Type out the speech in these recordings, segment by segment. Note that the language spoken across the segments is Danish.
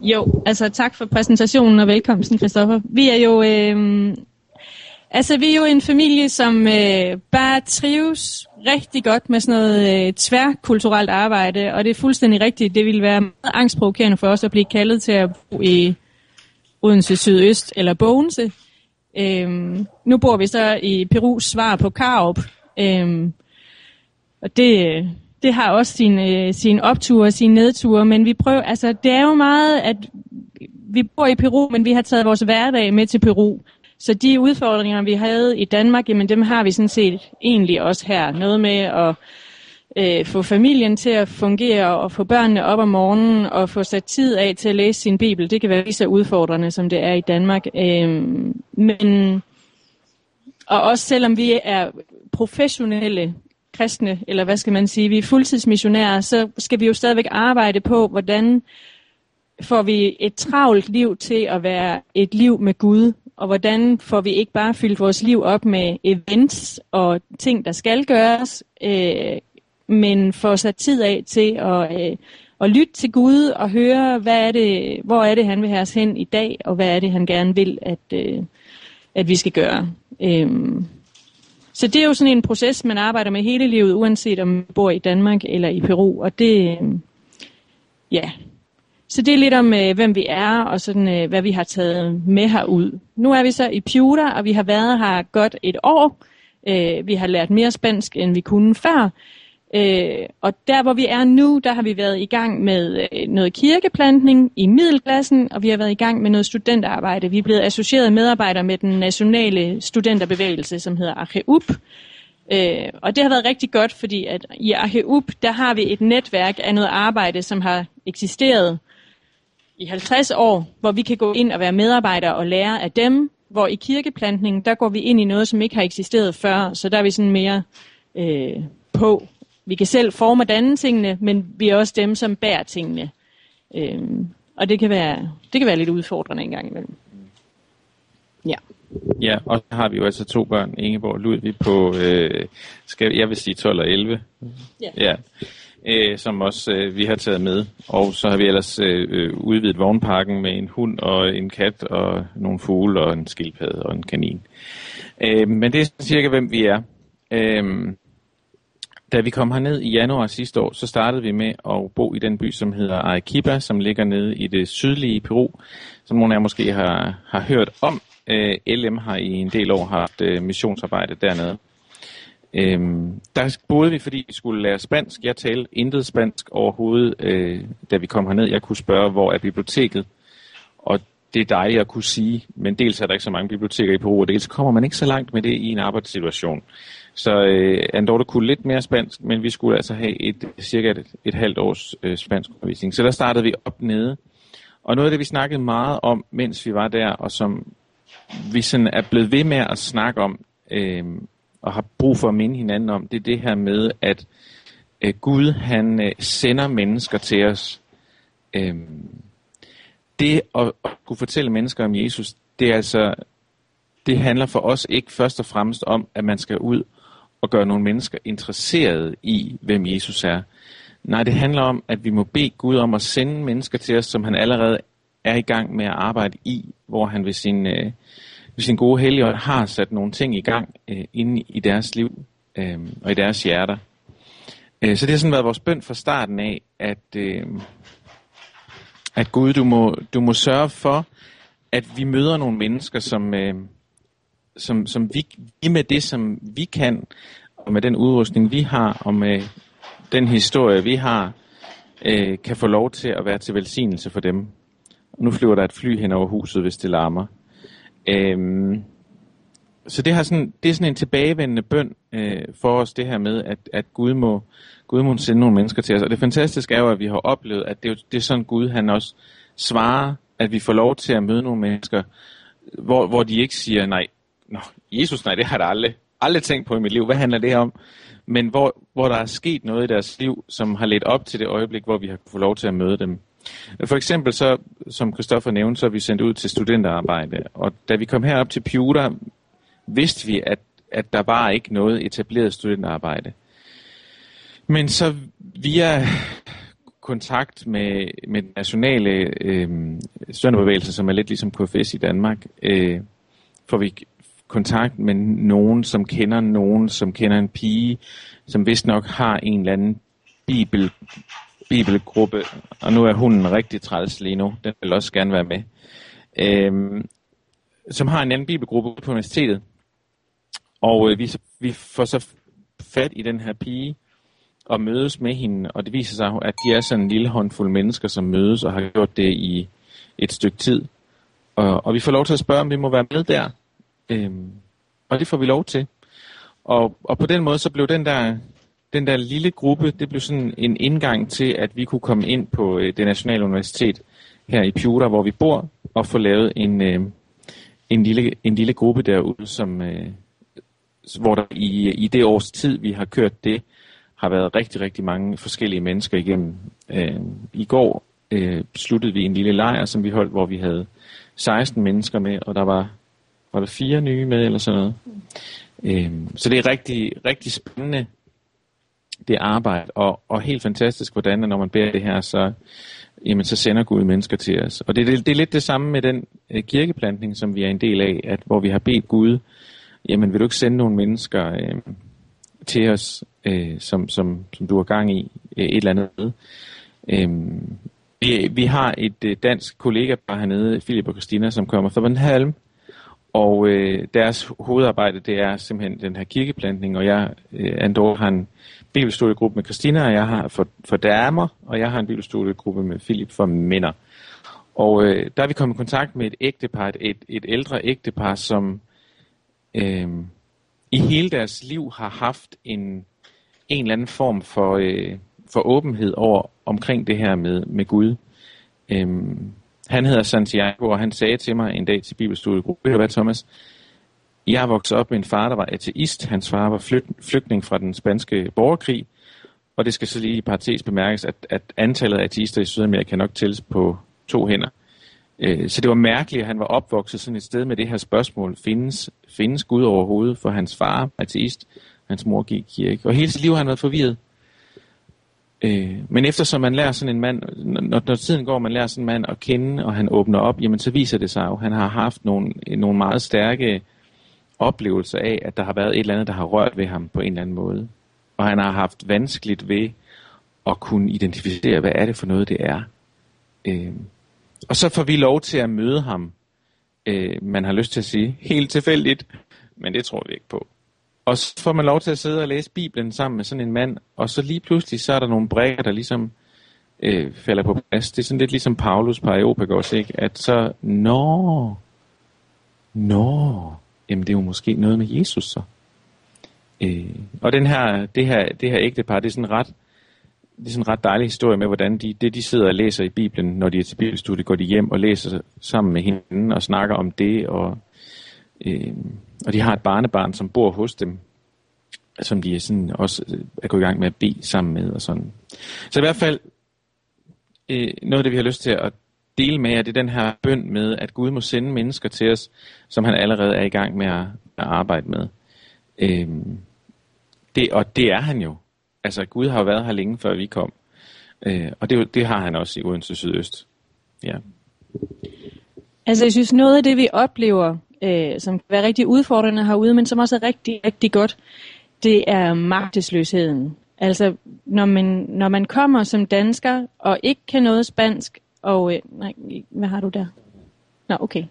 Jo, altså tak for præsentationen og velkomsten, Christoffer. Vi er jo en familie, som bare trives rigtig godt med sådan noget tværkulturelt arbejde, og det er fuldstændig rigtigt. Det ville være meget angstprovokerende for os at blive kaldet til at bo i Odense Sydøst eller Bogense. Nu bor vi så i Perus svar på Karup, og det har også sine opture og sine nedture, men vi prøver, altså det er jo meget, at vi bor i Peru, men vi har taget vores hverdag med til Peru. Så de udfordringer, vi havde i Danmark, jamen dem har vi sådan set egentlig også her. Noget med at få familien til at fungere og få børnene op om morgenen og få sat tid af til at læse sin bibel. Det kan være lige så udfordrende, som det er i Danmark. Og også selvom vi er professionelle kristne, eller hvad skal man sige, vi er fuldtidsmissionærer, så skal vi jo stadigvæk arbejde på, hvordan får vi et travlt liv til at være et liv med Gud, og hvordan får vi ikke bare fyldt vores liv op med events og ting, der skal gøres, men får sat tid af til at lytte til Gud og høre, hvor er det, han vil have os hen i dag, og hvad er det, han gerne vil, at vi skal gøre. Så det er jo sådan en proces, man arbejder med hele livet, uanset om man bor i Danmark eller i Peru, og det, ja. Så det er lidt om, hvem vi er, og sådan, hvad vi har taget med herud. Nu er vi så i Piura, og vi har været her godt et år. Vi har lært mere spansk, end vi kunne før. Og der, hvor vi er nu, der har vi været i gang med noget kirkeplantning i middelklassen, og vi har været i gang med noget studentarbejde. Vi er blevet associeret medarbejdere med den nationale studenterbevægelse, som hedder AGEUP. Og det har været rigtig godt, fordi at i AGEUP, der har vi et netværk af noget arbejde, som har eksisteret i 50 år, hvor vi kan gå ind og være medarbejdere og lære af dem, hvor i kirkeplantningen, der går vi ind i noget, som ikke har eksisteret før, så der er vi sådan mere på. Vi kan selv forme og danne tingene, men vi er også dem, som bærer tingene. Og det kan være lidt udfordrende en gang imellem. Ja. Ja, og så har vi jo altså 2 børn, Ingeborg og Ludvig, på, jeg vil sige 12 og 11. Ja. Som også vi har taget med. Og så har vi ellers udvidet vognparken med en hund og en kat og nogle fugle og en skildpadde og en kanin. Men det er cirka, hvem vi er. Da vi kom herned i januar sidste år, så startede vi med at bo i den by, som hedder Arequipa, som ligger nede i det sydlige Peru, som nogle af jer måske har hørt om. LM har i en del år haft missionsarbejde dernede. Der boede vi, fordi vi skulle lære spansk. Jeg talte intet spansk overhovedet, da vi kom herned. Jeg kunne spørge, hvor er biblioteket? Og det er dejligt at kunne sige, men dels er der ikke så mange biblioteker i Peru, og dels kommer man ikke så langt med det i en arbejdssituation. Så Andorra kunne lidt mere spansk, men vi skulle altså have cirka et halvt års spansk undervisning. Så der startede vi op nede. Og noget af det, vi snakkede meget om, mens vi var der, og som vi sådan er blevet ved med at snakke om, og har brug for at minde hinanden om, det er det her med, at Gud, han sender mennesker til os. Det at kunne fortælle mennesker om Jesus, det handler for os ikke først og fremmest om, at man skal ud og gøre nogle mennesker interesserede i, hvem Jesus er. Nej, det handler om, at vi må bede Gud om at sende mennesker til os, som han allerede er i gang med at arbejde i, hvor han ved sin gode helligånd har sat nogle ting i gang inde i deres liv og i deres hjerter. Så det har sådan været vores bøn fra starten af, at Gud, du må sørge for, at vi møder nogle mennesker, som vi med det, som vi kan, og med den udrustning, vi har, og med den historie, vi har, kan få lov til at være til velsignelse for dem. Og nu flyver der et fly hen over huset, hvis det larmer. Så det er sådan en tilbagevendende bøn for os, det her med, at Gud må sende nogle mennesker til os. Og det fantastiske er jo, at vi har oplevet, at det er sådan Gud, han også svarer, at vi får lov til at møde nogle mennesker, hvor de ikke siger, Jesus, det har jeg aldrig tænkt på i mit liv. Hvad handler det om? Men hvor der er sket noget i deres liv, som har ledt op til det øjeblik, hvor vi har fået lov til at møde dem. For eksempel så, som Christoffer nævnte, så er vi sendt ud til studenterarbejde. Og da vi kom herop til Piura, vidste vi, at der var ikke noget etableret studenterarbejde. Men så via kontakt med den nationale studenterbevægelse, som er lidt ligesom KFS i Danmark. Får vi kontakt med nogen, som kender en pige, som vist nok har en eller anden bibelgruppe, og nu er hunden rigtig træls lige nu, den vil også gerne være med, som har en anden bibelgruppe på universitetet. Og vi får så fat i den her pige og mødes med hende, og det viser sig, at de er sådan en lille håndfuld mennesker, som mødes og har gjort det i et stykke tid. Og vi får lov til at spørge, om vi må være med der. Og det får vi lov til. Og på den måde, så blev den der lille gruppe, det blev sådan en indgang til, at vi kunne komme ind på det nationale universitet her i Piura, hvor vi bor, og få lavet en lille gruppe derude, hvor der i det års tid, vi har kørt det, har været rigtig, rigtig mange forskellige mennesker igennem. I går sluttede vi en lille lejr, som vi holdt, hvor vi havde 16 mennesker med, og der var der 4 nye med, eller sådan noget. Så det er rigtig, rigtig spændende, det arbejde, og helt fantastisk, hvordan når man bærer det her, så sender Gud mennesker til os. Og det er lidt det samme med den kirkeplantning, som vi er en del af, at hvor vi har bedt Gud, jamen vil du ikke sende nogle mennesker til os, som du har gang i et eller andet med. Vi har et dansk kollega bare hernede, Philip og Christina, som kommer fra Bornholm, og deres hovedarbejde, det er simpelthen den her kirkeplantning, og jeg har en bibelstudiegruppe med Christina, og jeg har for damer, og jeg har en bibelstudiegruppe med Philip for mænder. Og der er vi kommet i kontakt med et ægtepar, et ældre ægtepar, som i hele deres liv har haft en eller anden form for åbenhed omkring det her med Gud. Han hedder Santiago, og han sagde til mig en dag til bibelstudiegruppen, ved du hvad, Thomas, jeg er vokset op med en far, der var ateist. Hans far var flygtning fra den spanske borgerkrig, og det skal så lige i parentes bemærkes, at antallet af ateister i Sydamerika nok tælles på 2 hænder. Så det var mærkeligt, at han var opvokset sådan et sted med det her spørgsmål. Findes Gud overhovedet? For hans far ateist, hans mor gik i kirke. Og hele sit liv har han været forvirret. Men eftersom man lærer sådan en mand, når tiden går, man lærer sådan en mand at kende, og han åbner op, jamen så viser det sig jo, han har haft nogle meget stærke oplevelser af, at der har været et eller andet, der har rørt ved ham på en eller anden måde. Og han har haft vanskeligt ved at kunne identificere, hvad er det for noget, det er. Og så får vi lov til at møde ham, man har lyst til at sige, helt tilfældigt, men det tror vi ikke på. Og så får man lov til at sidde og læse Bibelen sammen med sådan en mand, og så lige pludselig, så er der nogle brikker, der ligesom falder på plads. Det er sådan lidt ligesom Paulus på Areopagos, ikke? At så, jamen det er jo måske noget med Jesus så. Og det her ægtepar, det er sådan en ret dejlig historie med, hvordan de sidder og læser i Bibelen, når de er til bibelstudie, går de hjem og læser sammen med hinanden og snakker om det, og de har et barnebarn, som bor hos dem, som de er sådan også er gået i gang med at bede sammen med og sådan. Så i hvert fald noget af det, vi har lyst til at dele med, er det den her bøn med, at Gud må sende mennesker til os, som han allerede er i gang med at arbejde med. Det er han jo. Altså Gud har jo været her længe før vi kom. Og det har han også i Odense Sydøst. Ja. Altså jeg synes noget af det vi oplever, som kan være rigtig udfordrende herude, men som også er rigtig, rigtig godt, det er magtesløsheden. Altså når man kommer som dansker og ikke kan noget spansk, og nej, hvad har du der? Nå, okay.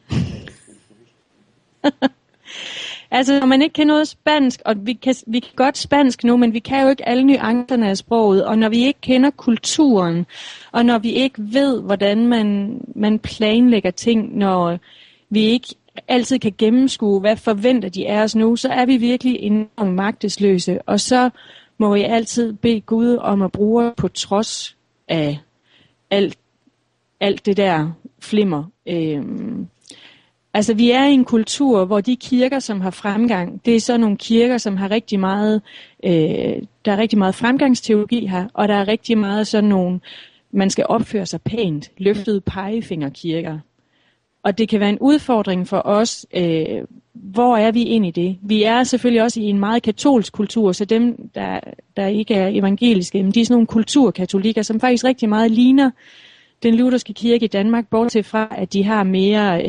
Altså når man ikke kan noget spansk, og vi kan godt spansk nu, men vi kan jo ikke alle nuancerne af sproget, og når vi ikke kender kulturen, og når vi ikke ved, hvordan man planlægger ting, når vi ikke altid kan gennemskue, hvad forventer de af os nu, så er vi virkelig enormt magtesløse, og så må vi altid bede Gud om at bruge os på trods af alt det der flimmer. Altså vi er i en kultur, hvor de kirker, som har fremgang, det er så nogle kirker, som har rigtig meget, der er rigtig meget fremgangsteologi her, og der er rigtig meget sådan nogle, man skal opføre sig pænt, løftede pegefingerkirker. Og det kan være en udfordring for os, hvor er vi ind i det? Vi er selvfølgelig også i en meget katolsk kultur, så dem, der ikke er evangeliske, de er sådan nogle kulturkatolikker, som faktisk rigtig meget ligner den lutherske kirke i Danmark, bortset fra, at de har mere,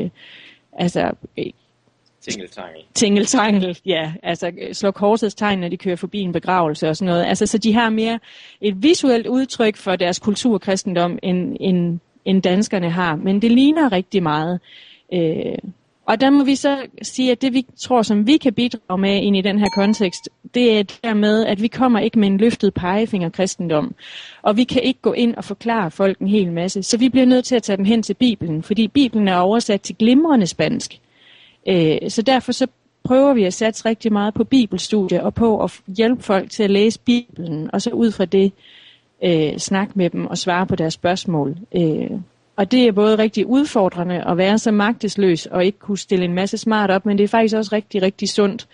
tingeltangel, ja, altså slår korsets tegn, når de kører forbi en begravelse og sådan noget. Altså, så de har mere et visuelt udtryk for deres kulturkristendom, end danskerne har, men det ligner rigtig meget. Og der må vi så sige, at det vi tror, som vi kan bidrage med ind i den her kontekst, det er dermed, at vi kommer ikke med en løftet pegefinger kristendom. Og vi kan ikke gå ind og forklare folk en hel masse. Så vi bliver nødt til at tage dem hen til Bibelen, fordi Bibelen er oversat til glimrende spansk. Så derfor så prøver vi at satse rigtig meget på bibelstudie og på at hjælpe folk til at læse Bibelen, og så ud fra det snakke med dem og svare på deres spørgsmål. Og det er både rigtig udfordrende at være så magtesløs og ikke kunne stille en masse smart op, men det er faktisk også rigtig, rigtig sundt,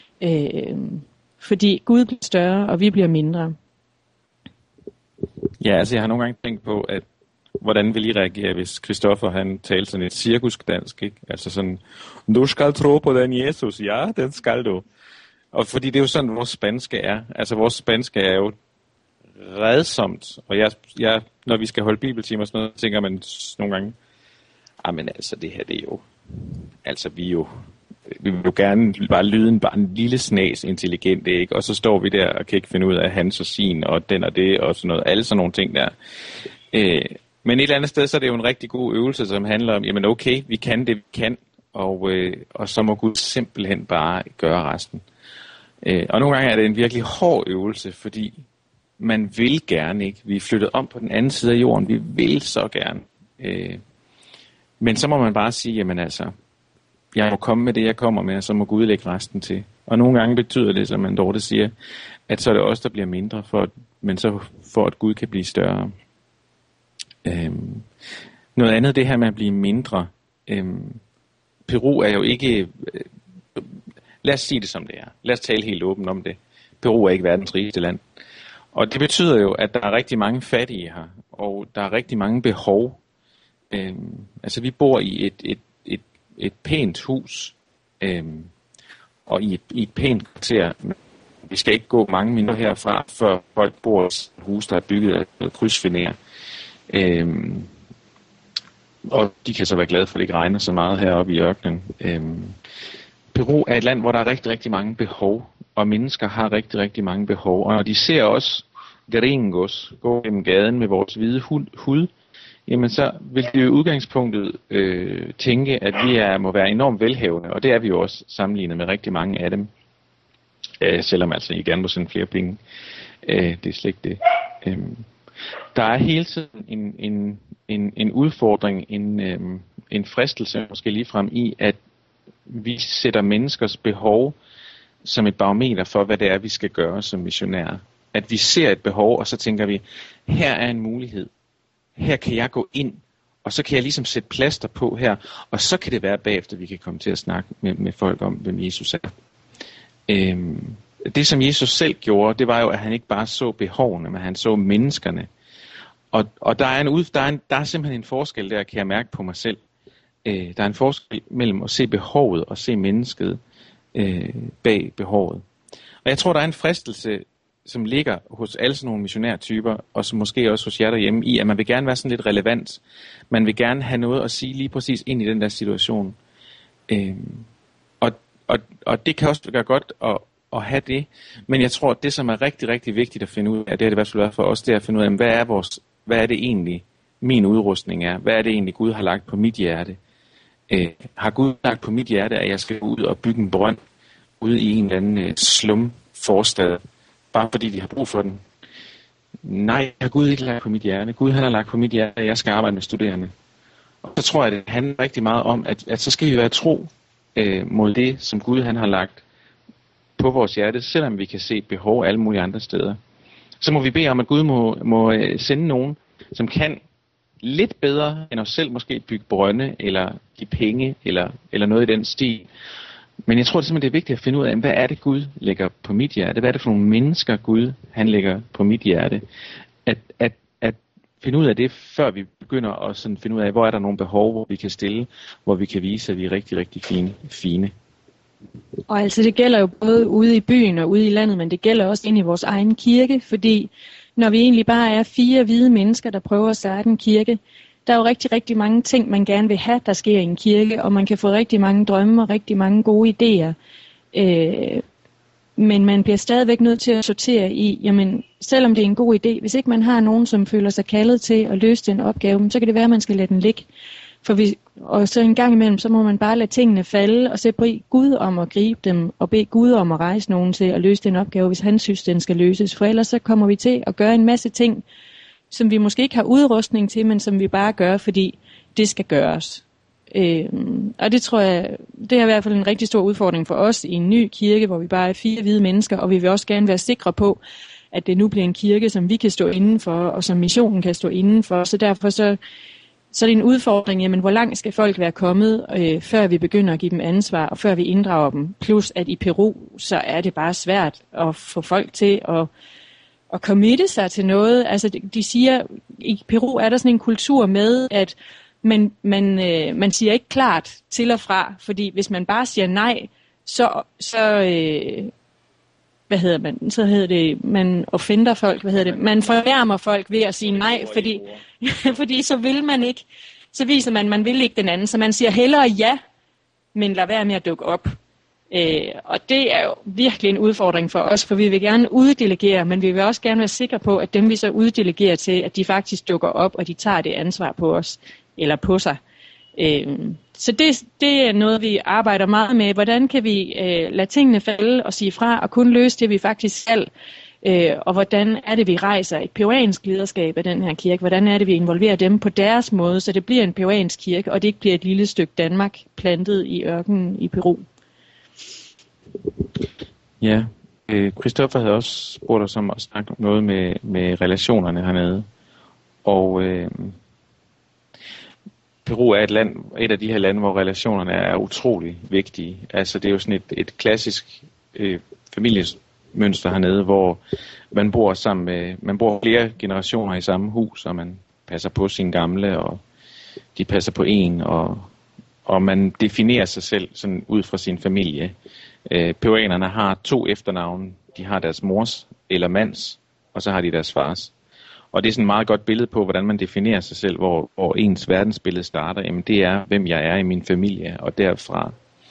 fordi Gud bliver større, og vi bliver mindre. Ja, altså jeg har nogle gange tænkt på, at hvordan vil I reagere, hvis Christoffer han talte sådan et cirkusdansk, ikke? Altså sådan, du skal tro på den Jesus, ja, den skal du. Og fordi det er jo sådan, vores spanske er. Altså vores spanske er jo redsomt, og jeg, når vi skal holde bibeltimer og sådan noget, tænker man nogle gange, men altså det her, det er jo, altså vi vil jo gerne bare lyden bare en lille snas intelligent, ikke? Og så står vi der og kan ikke finde ud af hans og sin, og den og det, og sådan noget, alle sådan nogle ting der. Men et eller andet sted, så er det jo en rigtig god øvelse, som handler om, jamen okay, vi kan det, vi kan, og så må Gud simpelthen bare gøre resten. Og nogle gange er det en virkelig hård øvelse, fordi man vil gerne ikke. Vi er flyttet om på den anden side af jorden. Vi vil så gerne. Men så må man bare sige, jamen altså, jeg må komme med det, jeg kommer med, og så må Gud lægge resten til. Og nogle gange betyder det, som man Dorte siger, at så er det os, der bliver mindre, men så for at Gud kan blive større. Noget andet, det her med at blive mindre. Peru er jo ikke... lad os sige det, som det er. Lad os tale helt åbent om det. Peru er ikke verdens rigeste land. Og det betyder jo, at der er rigtig mange fattige her, og der er rigtig mange behov. Altså vi bor i et pænt hus, og i et pænt kvarter. Vi skal ikke gå mange minutter herfra, før folk bor i et hus, der er bygget af krydsfiner. Og de kan så være glade for, at det ikke regner så meget heroppe i ørkenen. Peru er et land, hvor der er rigtig, rigtig mange behov, og mennesker har rigtig, rigtig mange behov. Og når de ser os gringos gå gennem gaden med vores hvide hud, jamen så vil de i udgangspunktet tænke, at vi må være enormt velhavende, og det er vi jo også sammenlignet med rigtig mange af dem. Selvom altså I gerne må sende flere penge. Det er slet ikke det. Der er hele tiden en udfordring, en fristelse måske ligefrem i, at vi sætter menneskers behov som et barometer for, hvad det er, vi skal gøre som missionærer. At vi ser et behov, og så tænker vi, her er en mulighed. Her kan jeg gå ind, og så kan jeg ligesom sætte plaster på her, og så kan det være bagefter, vi kan komme til at snakke med folk om, hvem Jesus er. Det, som Jesus selv gjorde, det var jo, at han ikke bare så behovene, men han så menneskerne. Og der er simpelthen en forskel der, kan jeg mærke på mig selv. Der er en forskel mellem at se behovet og se mennesket bag behovet. Og jeg tror, der er en fristelse, som ligger hos alle sådan nogle missionærtyper, og som måske også hos jer derhjemme, i at man vil gerne være sådan lidt relevant. Man vil gerne have noget at sige lige præcis ind i den der situation. Og det kan også være godt at have det. Men jeg tror, at det, som er rigtig, rigtig vigtigt at finde ud af, det har det i hvert fald været for os, det er at finde ud af, hvad er det egentlig, min udrustning er? Hvad er det egentlig, Gud har lagt på mit hjerte? Har Gud lagt på mit hjerte, at jeg skal ud og bygge en brønd ude i en eller anden slum forstad, bare fordi de har brug for den? Nej, har Gud ikke lagt på mit hjerte. Gud han har lagt på mit hjerte, at jeg skal arbejde med studerende. Og så tror jeg, at det handler rigtig meget om, at så skal vi være tro mod det, som Gud han har lagt på vores hjerte, selvom vi kan se behov alle mulige andre steder. Så må vi bede om, at Gud må sende nogen, som kan lidt bedre end os selv måske bygge brønde, eller give penge, eller noget i den stil. Men jeg tror det simpelthen, det er vigtigt at finde ud af, hvad er det Gud lægger på mit hjerte? Hvad er det for nogle mennesker Gud han lægger på mit hjerte? At finde ud af det, før vi begynder at sådan finde ud af, hvor er der nogle behov, hvor vi kan stille, hvor vi kan vise, at vi er rigtig, rigtig fine. Og altså det gælder jo både ude i byen og ude i landet, men det gælder også inde i vores egen kirke, fordi når vi egentlig bare er 4 hvide mennesker, der prøver at starte en kirke, der er jo rigtig, rigtig mange ting, man gerne vil have, der sker i en kirke, og man kan få rigtig mange drømme og rigtig mange gode idéer. Men man bliver stadigvæk nødt til at sortere i, jamen selvom det er en god idé, hvis ikke man har nogen, som føler sig kaldet til at løse den opgave, så kan det være, at man skal lade den ligge. Og så en gang imellem, så må man bare lade tingene falde, og så bede Gud om at gribe dem, og bede Gud om at rejse nogen til at løse den opgave, hvis han synes, den skal løses. For ellers så kommer vi til at gøre en masse ting, som vi måske ikke har udrustning til, men som vi bare gør, fordi det skal gøres. Og det tror jeg, det er i hvert fald en rigtig stor udfordring for os i en ny kirke, hvor vi bare er 4 hvide mennesker, og vi vil også gerne være sikre på, at det nu bliver en kirke, som vi kan stå indenfor, og som missionen kan stå indenfor. Så derfor så er det en udfordring, jamen hvor langt skal folk være kommet, før vi begynder at give dem ansvar, og før vi inddrager dem. Plus at i Peru, så er det bare svært at få folk til at committe sig til noget. Altså de siger, i Peru er der sådan en kultur med, at man siger ikke klart til og fra, fordi hvis man bare siger nej, man offender folk, man fornærmer folk ved at sige nej, fordi så vil man ikke, så viser man vil ikke den anden, så man siger hellere ja, men lad være med at dukke op. Og det er jo virkelig en udfordring for os, for vi vil gerne uddelegere, men vi vil også gerne være sikre på, at dem vi så uddelegerer til, at de faktisk dukker op, og de tager det ansvar på os, eller på sig. Så det er noget, vi arbejder meget med. Hvordan kan vi lade tingene falde og sige fra, og kun løse det, vi faktisk skal? Og hvordan er det, vi rejser et peruansk lederskab af den her kirke? Hvordan er det, vi involverer dem på deres måde, så det bliver en peruansk kirke, og det ikke bliver et lille stykke Danmark plantet i ørkenen i Peru? Ja, Christoffer havde også spurgt os om at snakke om noget med relationerne hernede. Og Peru er et af de her lande, hvor relationerne er utrolig vigtige. Altså det er jo sådan et klassisk familiemønster hernede, hvor man bor sammen med, man bor flere generationer i samme hus, og man passer på sine gamle, og de passer på en, og man definerer sig selv sådan ud fra sin familie. Peruanerne har 2 efternavne. De har deres mors eller mands, og så har de deres fars. Og det er sådan et meget godt billede på, hvordan man definerer sig selv, hvor ens verdensbillede starter. Jamen det er, hvem jeg er i min familie, og derfra.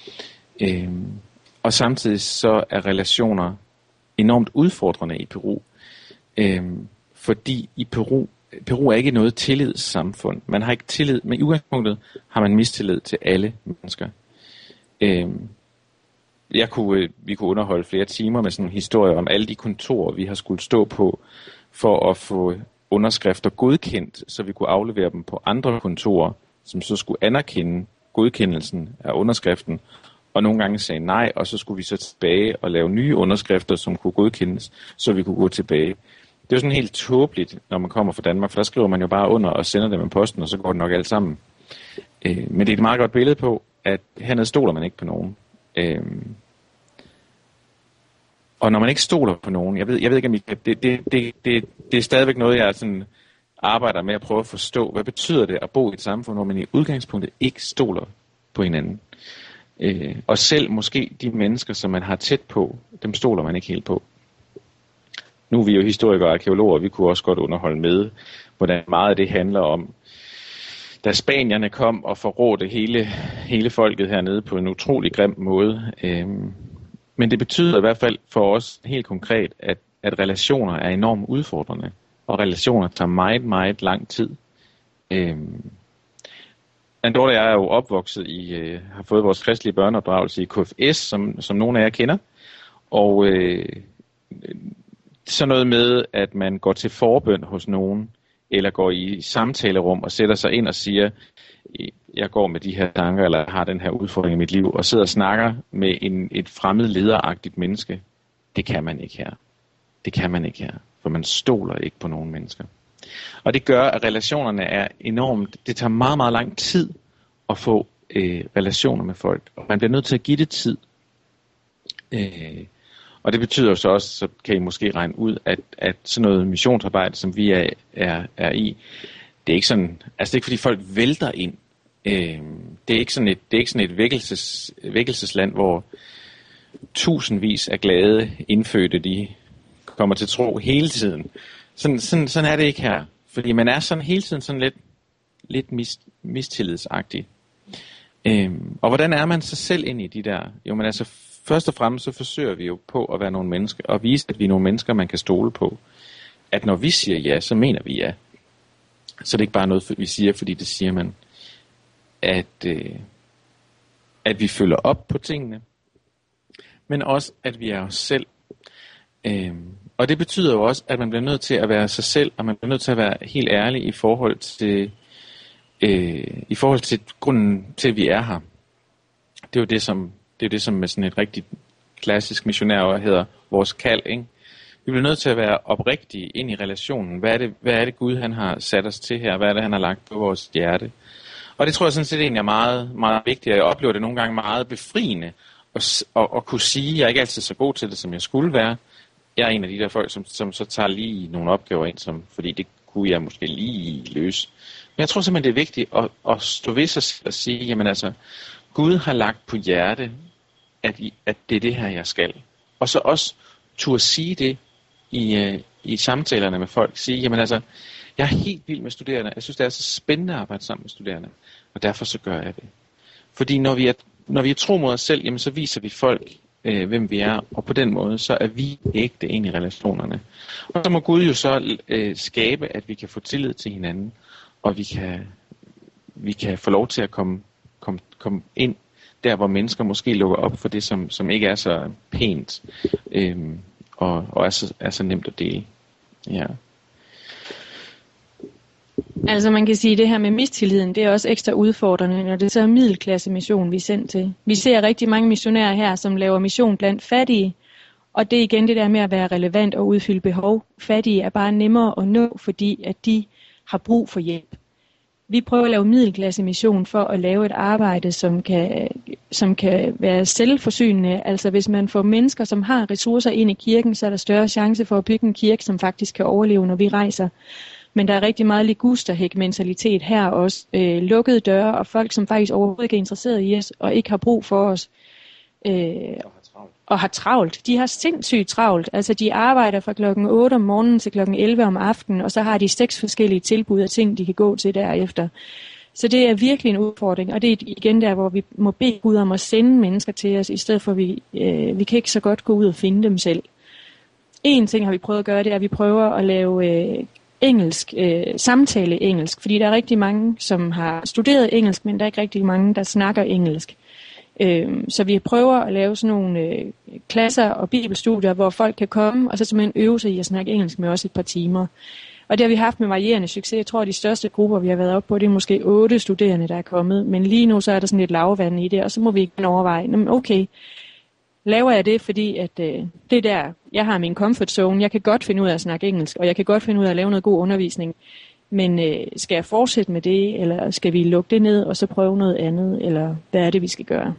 Og samtidig så er relationer enormt udfordrende i Peru. Fordi i Peru er ikke noget tillidssamfund. Man har ikke tillid, men i udgangspunktet har man mistillid til alle mennesker. Vi kunne underholde flere timer med sådan en historie om alle de kontorer, vi har skulle stå på, for at få underskrifter godkendt, så vi kunne aflevere dem på andre kontorer, som så skulle anerkende godkendelsen af underskriften, og nogle gange sagde nej, og så skulle vi så tilbage og lave nye underskrifter, som kunne godkendes, så vi kunne gå tilbage. Det er jo sådan helt tåbeligt, når man kommer fra Danmark, for der skriver man jo bare under og sender det med posten, og så går det nok alt sammen. Men det er et meget godt billede på, at hernede stoler man ikke på nogen. Og når man ikke stoler på nogen, jeg ved ikke, om det er stadigvæk noget, jeg sådan arbejder med at prøve at forstå. Hvad betyder det at bo i et samfund, hvor man i udgangspunktet ikke stoler på hinanden? Og selv måske de mennesker, som man har tæt på, dem stoler man ikke helt på. Nu er vi jo historikere og arkeologer, og vi kunne også godt underholde med, hvordan meget af det handler om, da spanierne kom og forrådte hele folket hernede på en utrolig grim måde. Men det betyder i hvert fald for os helt konkret, at relationer er enormt udfordrende, og relationer tager meget, meget lang tid. Andorra og jeg er jo opvokset har fået vores kristelige børneopdragelse i KFS, som nogle af jer kender, og sådan noget med, at man går til forbøn hos nogen, eller går i samtalerum og sætter sig ind og siger, jeg går med de her tanker, eller har den her udfordring i mit liv, og sidder og snakker med et fremmed lederagtigt menneske. Det kan man ikke her. Det kan man ikke her, for man stoler ikke på nogen mennesker. Og det gør, at relationerne er enormt, det tager meget, meget lang tid at få relationer med folk, og man bliver nødt til at give det tid. Og det betyder jo så også, så kan I måske regne ud, at sådan noget missionsarbejde, som vi er i, det er ikke sådan, altså det er ikke fordi folk vælter ind. Det er ikke sådan et vækkelsesland, hvor tusindvis af glade indfødte, de kommer til tro hele tiden. Sådan er det ikke her. Fordi man er sådan hele tiden sådan lidt mistillidsagtig. Og hvordan er man sig selv ind i de der? Jo, men altså først og fremmest så forsøger vi jo på at være nogle mennesker, og vise, at vi er nogle mennesker, man kan stole på. At når vi siger ja, så mener vi ja. Så det er ikke bare noget, vi siger, fordi det siger man. At vi følger op på tingene, men også, at vi er os selv. Og det betyder jo også, at man bliver nødt til at være sig selv, og man bliver nødt til at være helt ærlig i forhold til grunden til, at vi er her. Det er jo det, som med sådan et rigtig klassisk missionærord hedder vores kald, ikke? Vi bliver nødt til at være oprigtige ind i relationen. Hvad er det Gud, han har sat os til her? Hvad er det, han har lagt på vores hjerte? Og det tror jeg sådan set egentlig er meget, meget vigtigt. Jeg oplever det nogle gange meget befriende at kunne sige, at jeg er ikke altid så god til det, som jeg skulle være. Jeg er en af de der folk, som så tager lige nogle opgaver ind, fordi det kunne jeg måske lige løse. Men jeg tror simpelthen, det er vigtigt at stå ved sig selv og sige, jamen altså, Gud har lagt på hjerte, at det er det her, jeg skal. Og så også turde sige det i samtalerne med folk. Sige, jamen altså, jeg er helt vild med studerende. Jeg synes, det er så spændende at arbejde sammen med studerende. Og derfor så gør jeg det. Fordi når vi er tro mod os selv, jamen så viser vi folk, hvem vi er. Og på den måde, så er vi ægte ind i relationerne. Og så må Gud jo så skabe, at vi kan få tillid til hinanden. Og vi kan få lov til at komme ind der, hvor mennesker måske lukker op for det, som ikke er så pænt. Og er så nemt at dele. Ja. Altså man kan sige, at det her med mistilliden, det er også ekstra udfordrende, når det så er middelklasse mission, vi er sendt til. Vi ser rigtig mange missionærer her, som laver mission blandt fattige, og det er igen det der med at være relevant og udfylde behov. Fattige er bare nemmere at nå, fordi at de har brug for hjælp. Vi prøver at lave middelklasse mission for at lave et arbejde, som kan være selvforsynende. Altså hvis man får mennesker, som har ressourcer ind i kirken, så er der større chance for at bygge en kirke, som faktisk kan overleve, når vi rejser. Men der er rigtig meget ligusterhæk-mentalitet her også. Lukkede døre og folk, som faktisk overhovedet ikke er interesseret i os og ikke har brug for os. Og har travlt. De har sindssygt travlt. Altså de arbejder fra klokken 8 om morgenen til klokken 11 om aftenen, og så har de 6 forskellige tilbud af ting, de kan gå til derefter. Så det er virkelig en udfordring, og det er igen der, hvor vi må bede Gud om at sende mennesker til os, i stedet for vi kan ikke så godt gå ud og finde dem selv. En ting har vi prøvet at gøre, det er, at vi prøver at lave samtale engelsk, fordi der er rigtig mange, som har studeret engelsk, men der er ikke rigtig mange, der snakker engelsk. Så vi prøver at lave sådan nogle klasser og bibelstudier, hvor folk kan komme, og så simpelthen øve sig i at snakke engelsk med os et par timer. Og det har vi haft med varierende succes. Jeg tror, at de største grupper, vi har været oppe på, det er måske 8 studerende, der er kommet. Men lige nu, så er der sådan lidt lavvand i det, og så må vi ikke overveje, okay, laver jeg det, fordi at det er der, jeg har min comfort zone. Jeg kan godt finde ud af at snakke engelsk, og jeg kan godt finde ud af at lave noget god undervisning. Men skal jeg fortsætte med det, eller skal vi lukke det ned, og så prøve noget andet, eller hvad er det, vi skal gøre?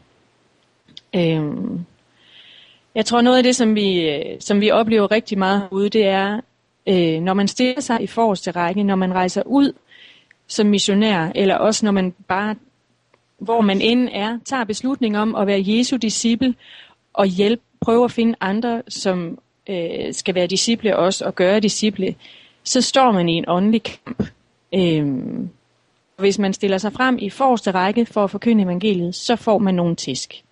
Jeg tror, noget af det, som vi oplever rigtig meget herude, det er, når man stiller sig i forreste række, når man rejser ud som missionær, eller også når man bare, hvor man end er, tager beslutning om at være Jesu disciple, og prøve at finde andre, som skal være disciple også, og gøre disciple, så står man i en åndelig kamp. Hvis man stiller sig frem i forreste række for at forkynde evangeliet, så får man nogle tæsk.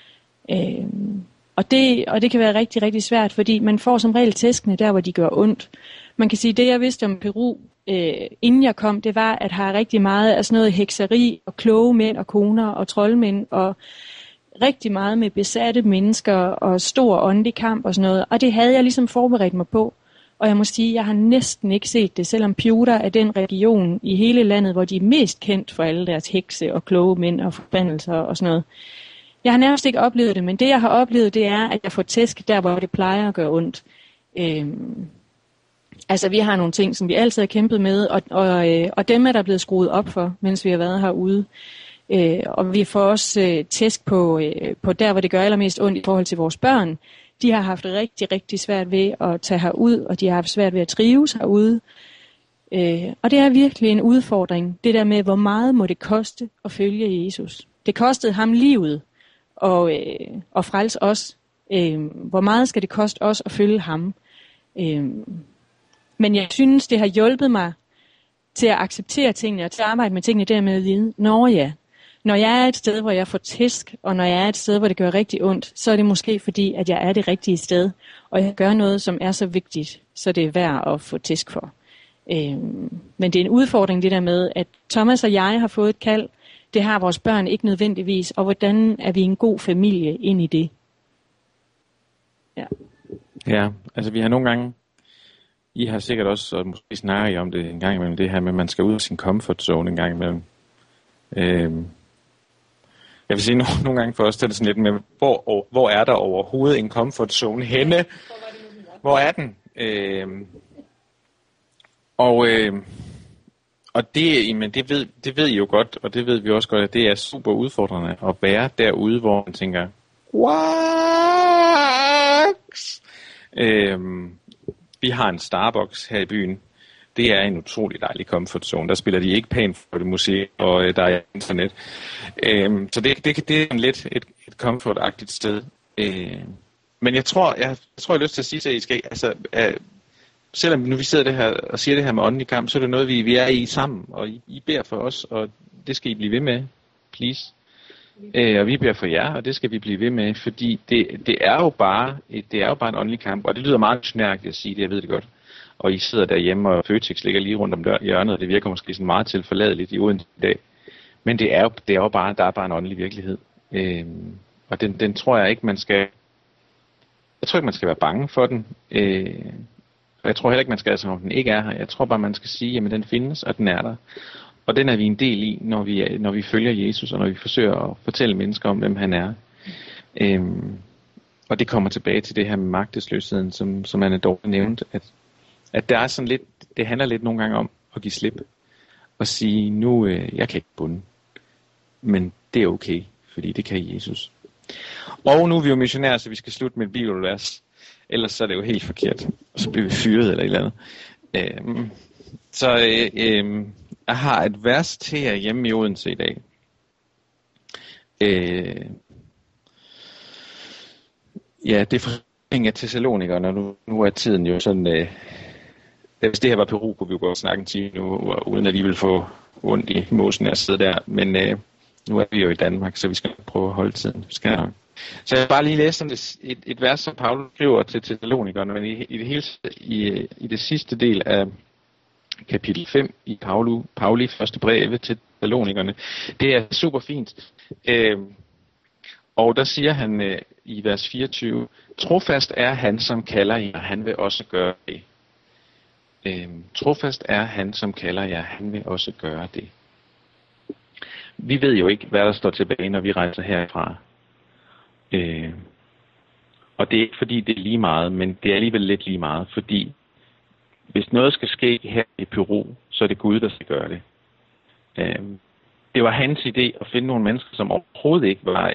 Og det kan være rigtig, rigtig svært, fordi man får som regel tæskene der, hvor de gør ondt. Man kan sige, det jeg vidste om Peru, inden jeg kom, det var, at har rigtig meget af sådan noget hekseri og kloge mænd og koner og troldmænd og rigtig meget med besatte mennesker og stor åndelig kamp og sådan noget. Og det havde jeg ligesom forberedt mig på. Og jeg må sige, jeg har næsten ikke set det, selvom Piura er den region i hele landet, hvor de er mest kendt for alle deres hekse og kloge mænd og forbandelser og sådan noget. Jeg har nærmest ikke oplevet det, men det jeg har oplevet, det er, at jeg får tæsk der, hvor det plejer at gøre ondt. Altså vi har nogle ting, som vi altid har kæmpet med, og dem er der blevet skruet op for, mens vi har været herude. Og vi får også tæsk på der, hvor det gør allermest ondt i forhold til vores børn. de har haft rigtig, rigtig svært ved at tage herud, og de har haft svært ved at trives herude. Og det er virkelig en udfordring, det der med, hvor meget må det koste at følge Jesus. Det kostede ham livet og frelse os. Hvor meget skal det koste os at følge ham? Men jeg synes, det har hjulpet mig til at acceptere tingene og til at arbejde med tingene dermed at vide, når jeg er et sted, hvor jeg får tæsk, og når jeg er et sted, hvor det gør rigtig ondt, så er det måske fordi, at jeg er det rigtige sted, og jeg gør noget, som er så vigtigt, så det er værd at få tæsk for. Men det er en udfordring, det der med, at Thomas og jeg har fået et kald, det har vores børn ikke nødvendigvis, og hvordan er vi en god familie ind i det? Ja, altså vi har nogle gange, I har sikkert også, og måske snakker I om det en gang imellem, det her med, at man skal ud af sin comfort zone en gang imellem. Jeg vil sige, nogle gange for os, det er sådan lidt med, hvor er der overhovedet en comfort zone henne? Hvor er den? Og det ved I jo godt, og det ved vi også godt, at det er super udfordrende at være derude, hvor man tænker, what? Vi har en Starbucks her i byen. Det er en utrolig dejlig comfort zone. Der spiller de ikke pænt for det musik, og der er internet. Så det er lidt et comfort-agtigt sted. Men jeg tror, jeg har lyst til at sige til, at I skal, altså, selvom nu vi sidder det her og siger det her med åndelig kamp, så er det noget, vi er i sammen, og I beder for os, og det skal I blive ved med, please. Og vi beder for jer, og det skal vi blive ved med, fordi det er jo bare en åndelig kamp, og det lyder meget missionærligt at sige det, jeg ved det godt. Og I sidder derhjemme, og Føtex ligger lige rundt om hjørnet, og det virker måske sådan meget tilforladeligt i Odense i dag. Men det er jo bare, der er bare en åndelig virkelighed. Og den tror jeg ikke, man skal være bange for den. Og jeg tror heller ikke, man skal, som om den ikke er her. Jeg tror bare, man skal sige, jamen den findes, og den er der. Og den er vi en del i, når vi følger Jesus, og når vi forsøger at fortælle mennesker om, hvem han er. Og det kommer tilbage til det her med magtesløsheden, som Anne Dorte nævnte, at der er sådan lidt, det handler lidt nogle gange om at give slip. Og sige, nu, jeg kan ikke bunde. Men det er okay, fordi det kan Jesus. Og nu er vi jo missionærer, så vi skal slutte med et bibelvers. Ellers så er det jo helt forkert. Og så bliver vi fyret eller et eller andet. Jeg har et vers til jer hjemme i Odense i dag. Ja, det er fortælling af Thessalonikerne, og nu er tiden jo sådan... hvis det her var Peru, kunne vi jo godt snakke en time nu, uden at I vil få ondt i mosen af at sidde der. Men nu er vi jo i Danmark, så vi skal prøve at holde tiden. Så jeg vil bare lige læse sådan et vers, som Paulus skriver til Thessalonikerne, men i det sidste del af kapitel 5 i Pauli første breve til Thessalonikerne. Det er super fint. Og der siger han i vers 24, trofast er han, som kalder jer, han vil også gøre det. Trofast er han, som kalder jer, han vil også gøre det. Vi ved jo ikke, hvad der står tilbage, når vi rejser herfra. Og det er ikke fordi, det er lige meget, men det er alligevel lidt lige meget, fordi hvis noget skal ske her i Peru, så er det Gud, der skal gøre det. Det var hans idé at finde nogle mennesker, som overhovedet ikke var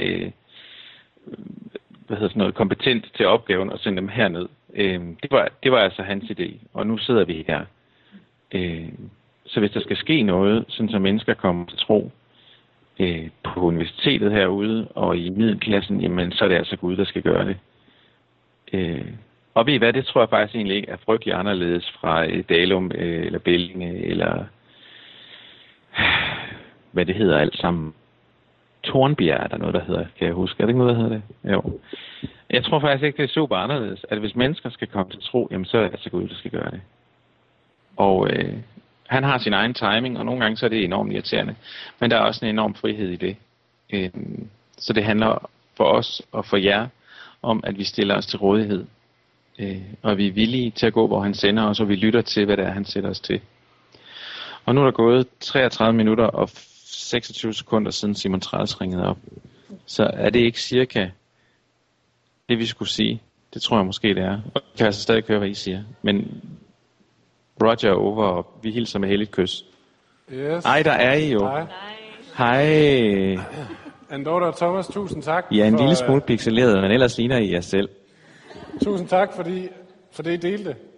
kompetent til opgaven og sende dem herned. Det var altså hans idé, og nu sidder vi her. Så hvis der skal ske noget, sådan som mennesker kommer til tro på universitetet herude og i middelklassen, jamen så er det altså Gud, der skal gøre det. Og ved I hvad, det tror jeg faktisk egentlig ikke er frygtelig anderledes fra Dalum eller Bellinge eller hvad det hedder alt sammen. Tornbjerg er der noget, der hedder, kan jeg huske. Er det ikke noget, der hedder det? Jo. Jeg tror faktisk ikke, det er super anderledes, at hvis mennesker skal komme til tro, jamen så er det altså Gud, der skal gøre det. Og han har sin egen timing, og nogle gange så er det enormt irriterende. Men der er også en enorm frihed i det. Så det handler for os og for jer om, at vi stiller os til rådighed. Og vi er villige til at gå, hvor han sender os, og vi lytter til, hvad det er, han sætter os til. Og nu er der gået 33 minutter og 26 sekunder siden Simon Træls ringede op. Så er det ikke cirka det, vi skulle sige? Det tror jeg måske, det er. Og jeg kan altså stadig høre, hvad I siger. Men Roger er over, og vi hilser med heldigt kys. Yes. Ej, der er I jo. Hej. Anne Dorte og Thomas, tusind tak. I er en lille smule pixeleret, men ellers ligner I jer selv. Tusind tak, for det I delte.